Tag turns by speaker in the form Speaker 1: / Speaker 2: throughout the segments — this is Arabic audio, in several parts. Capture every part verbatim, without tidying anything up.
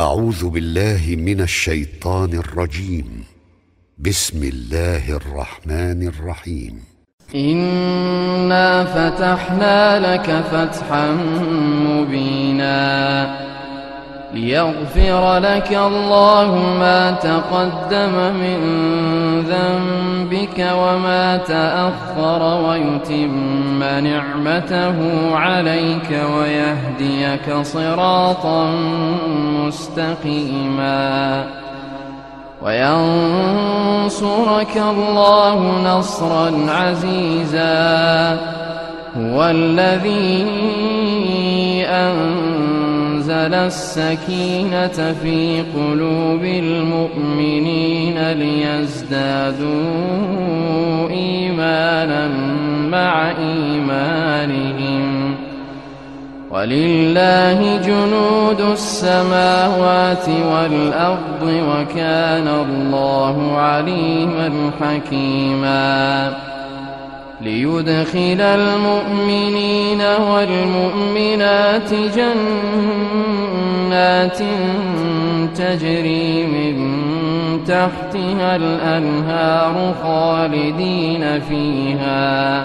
Speaker 1: أعوذ بالله من الشيطان الرجيم. بسم الله الرحمن الرحيم.
Speaker 2: إنا فتحنا لك فتحا مبينا ليغفر لك الله ما تقدم من ذنبك وما تأخر ويتم نعمته عليك ويهديك صراطا مستقيما وينصرك الله نصرا عزيزا. هو الذي أنزل السكينة في قلوب المؤمنين ليزدادوا إيمانا مع إيمانهم ولله جنود السماوات والأرض وكان الله عليما حكيما. ليدخل المؤمنين والمؤمنات جنات تجري من تحتها الأنهار خالدين فيها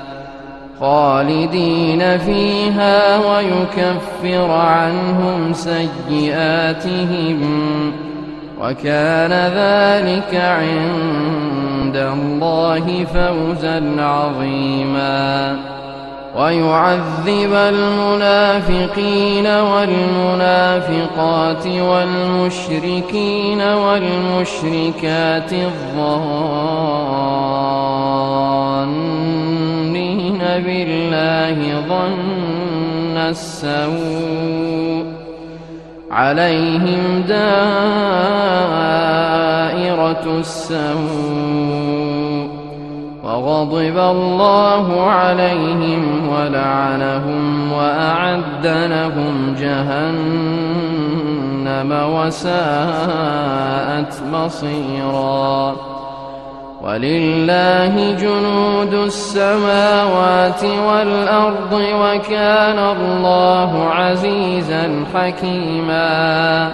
Speaker 2: خالدين فيها ويكفر عنهم سيئاتهم وكان ذلك عند الله فوزا عظيما. ويعذب المنافقين والمنافقات والمشركين والمشركات الظانين بالله ظن السوء عليهم دائرة السوء وغضب الله عليهم ولعنهم وأعد لهم جهنم وساءت مصيرا. ولله جنود السماوات والأرض وكان الله عزيزا حكيما.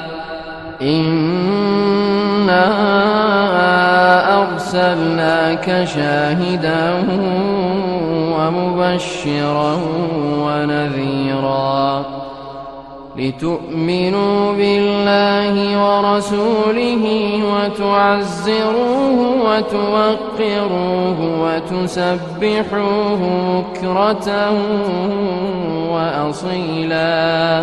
Speaker 2: إنا أرسلناك شاهدا ومبشرا ونذيرا لتؤمنوا بالله ورسوله وتعزروه وتوقروه وتسبحوه بكرة وأصيلا.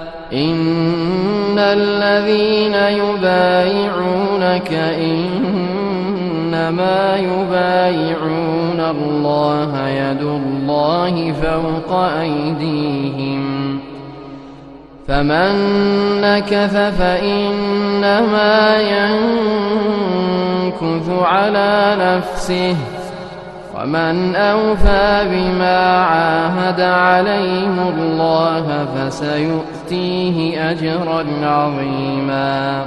Speaker 2: إن الذين يبايعونك إنما يبايعون الله يد الله فوق أيديهم فمن نكث فإنما ينكث على نفسه ومن أوفى بما عاهد عليه الله فسيؤتيه أجرا عظيما.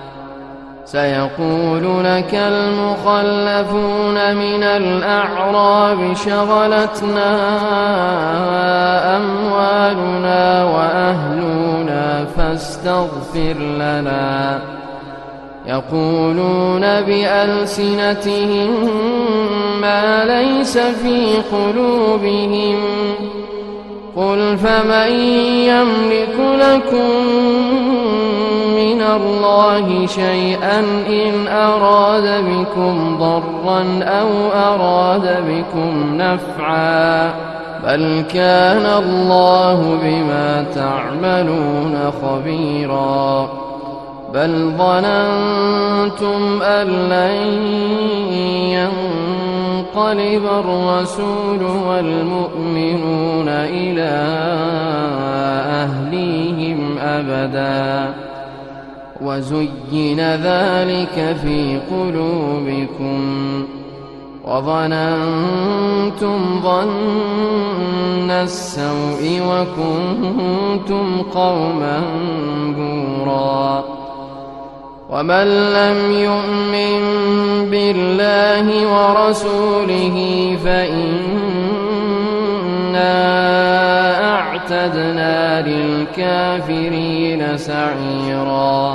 Speaker 2: سيقول لك المخلفون من الأعراب شغلتنا أموالنا وأهلنا فاستغفر لنا. يقولون بألسنتهم ما ليس في قلوبهم قل فمن يملك لكم من الله شيئا إن أراد بكم ضرا أو أراد بكم نفعا بل كان الله بما تعملون خبيرا. بل ظننتم أن لن ينقلب الرسول والمؤمنون إلى أهليهم أبدا وزين ذلك في قلوبكم وظننتم ظن السوء وكنتم قوما بورا. ومن لم يؤمن بالله ورسوله فإنا وأعتدنا للكافرين سعيرا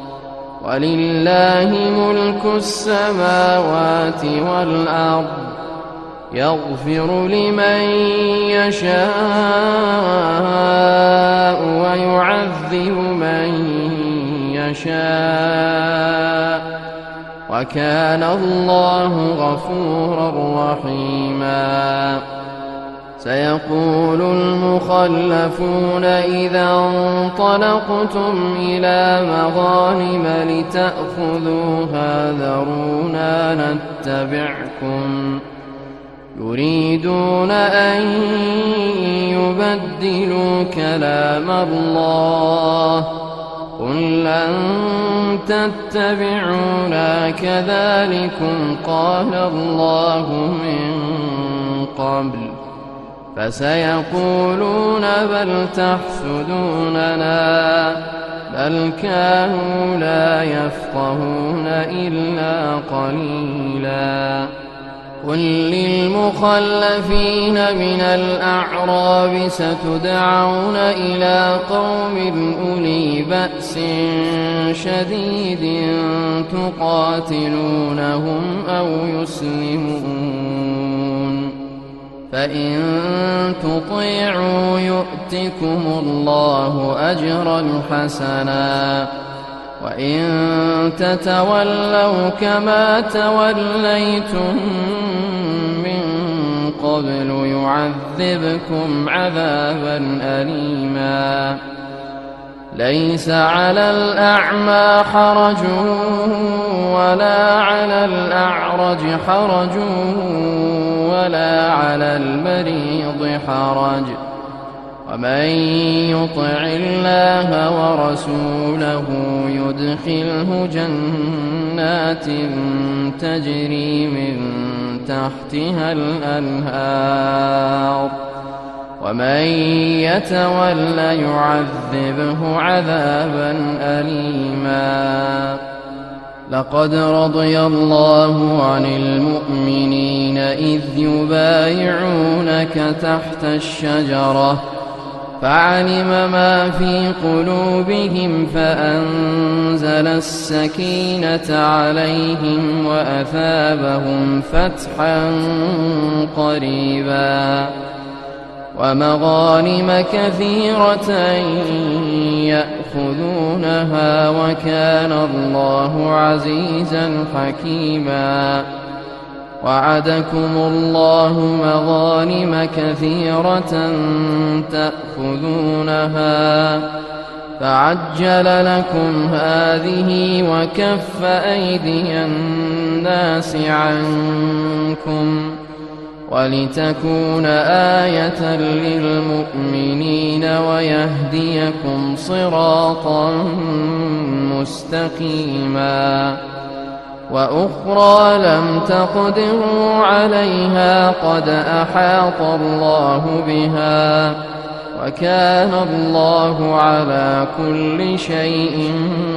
Speaker 2: ولله ملك السماوات والأرض يغفر لمن يشاء ويعذب من يشاء وكان الله غفورا رحيما سيقول المخلفون إذا انطلقتم إلى مغانم لتأخذوها ذرونا نتبعكم يريدون أن يبدلوا كلام الله قل لن تتبعونا كذلكم قال الله من قبل فسيقولون بل تحسدوننا بل كانوا لا يفقهون إلا قليلا قل للمخلفين من الأعراب ستدعون إلى قوم أولي بأس شديد تقاتلونهم أو يسلمون فإن تطيعوا يؤتكم الله أجرا حسنا وإن تتولوا كما توليتم من قبل يعذبكم عذابا أليما ليس على الأعمى حرج ولا على الأعرج حرج ولا على المريض حرج ومن يطع الله ورسوله يدخله جنات تجري من تحتها الأنهار ومن يتول يعذبه عذابا أليما لقد رضي الله عن المؤمنين إذ يبايعونك تحت الشجرة فعلم ما في قلوبهم فأنزل السكينة عليهم وأثابهم فتحا قريبا ومغانم كثيرة يأخذونها وكان الله عزيزا حكيما وعدكم الله مغانم كثيرة تأخذونها فعجل لكم هذه وكف أيدي الناس عنكم ولتكون آية للمؤمنين ويهديكم صراطا مستقيما وأخرى لم تقدروا عليها قد أحاط الله بها وكان الله على كل شيء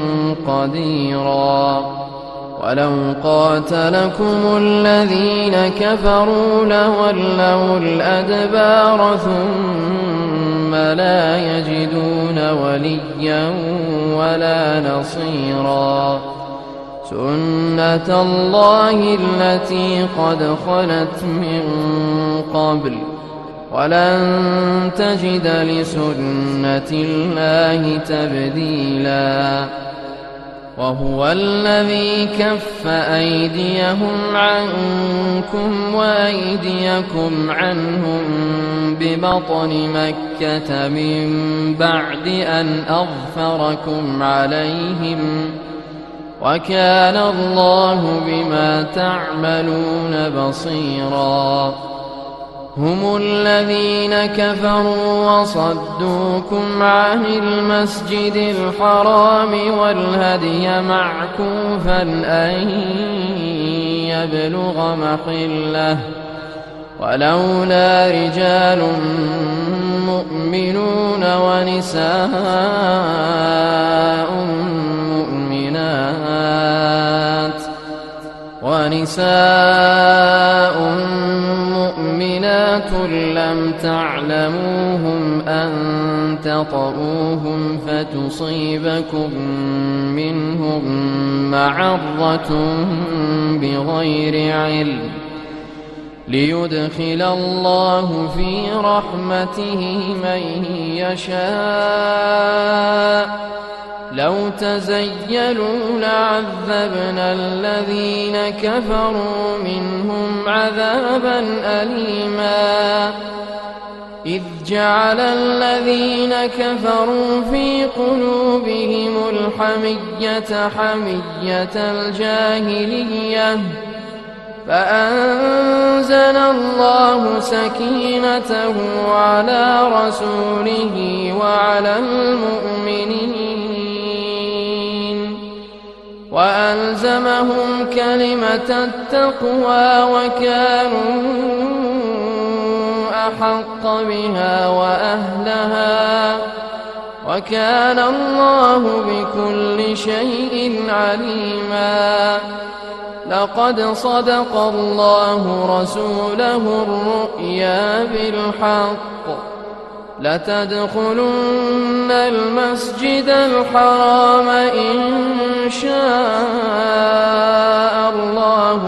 Speaker 2: قديرا ولو قاتلكم الذين كفروا لولوا الأدبار ثم لا يجدون وليا ولا نصيرا سنة الله التي قد خلت من قبل ولن تجد لسنة الله تبديلا وهو الذي كف أيديهم عنكم وأيديكم عنهم ببطن مكة من بعد أن أظفركم عليهم وكان الله بما تعملون بصيرا هم الذين كفروا وصدوكم عن المسجد الحرام والهدي معكوفا أن يبلغ محله ولولا رجال مؤمنون ونساء مؤمنات ونساء مؤمنات لم تعلموهم أن تطؤوهم فتصيبكم منهم معرة بغير علم ليدخل الله في رحمته من يشاء لو تزيلوا لعذبنا الذين كفروا منهم عذابا أليما إذ جعل الذين كفروا في قلوبهم الحمية حمية الجاهلية فأنزل الله سكينته على رسوله وعلى المؤمنين وألزمهم كلمة التقوى وكانوا أحق بها وأهلها وكان الله بكل شيء عليما لقد صدق الله رسوله الرؤيا بالحق لتدخلن المسجد الحرام إن شاء الله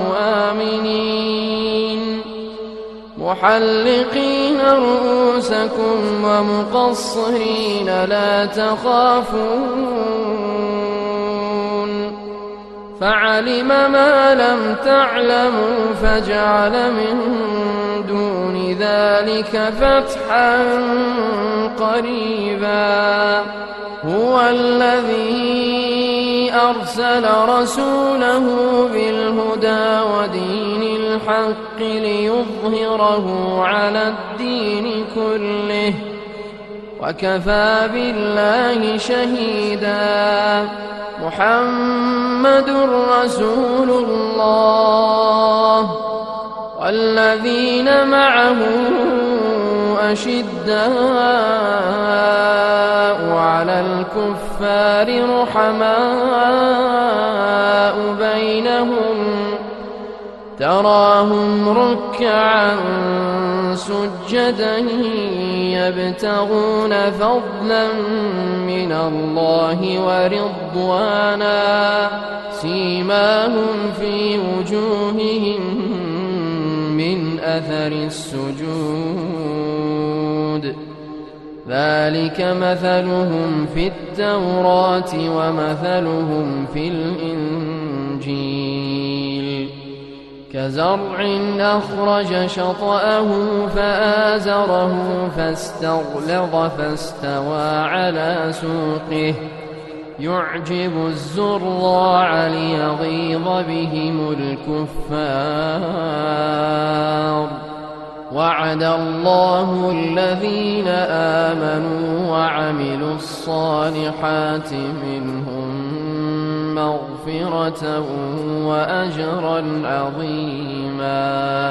Speaker 2: آمنين محلقين رؤوسكم ومقصرين لا تخافون فعلم ما لم تعلموا فجعل من دون ذلك فتحا قريبا هو الذي أرسل رسوله بالهدى ودين الحق ليظهره على الدين كله وكفى بالله شهيدا محمد رسول الله والذين معه أشداء على الكفار رحماء بينهم تراهم ركعا سجدا يبتغون فضلا من الله ورضوانا سيماهم في وجوههم من أثر السجود ذلك مثلهم في التوراة ومثلهم في الإنجيل كزرع أخرج شطأه فآزره فاستغلظ فاستوى على سوقه يعجب الزراع ليغيظ بهم الكفار وعد الله الذين آمنوا وعملوا الصالحات منهم مغفرة وأجرا عظيما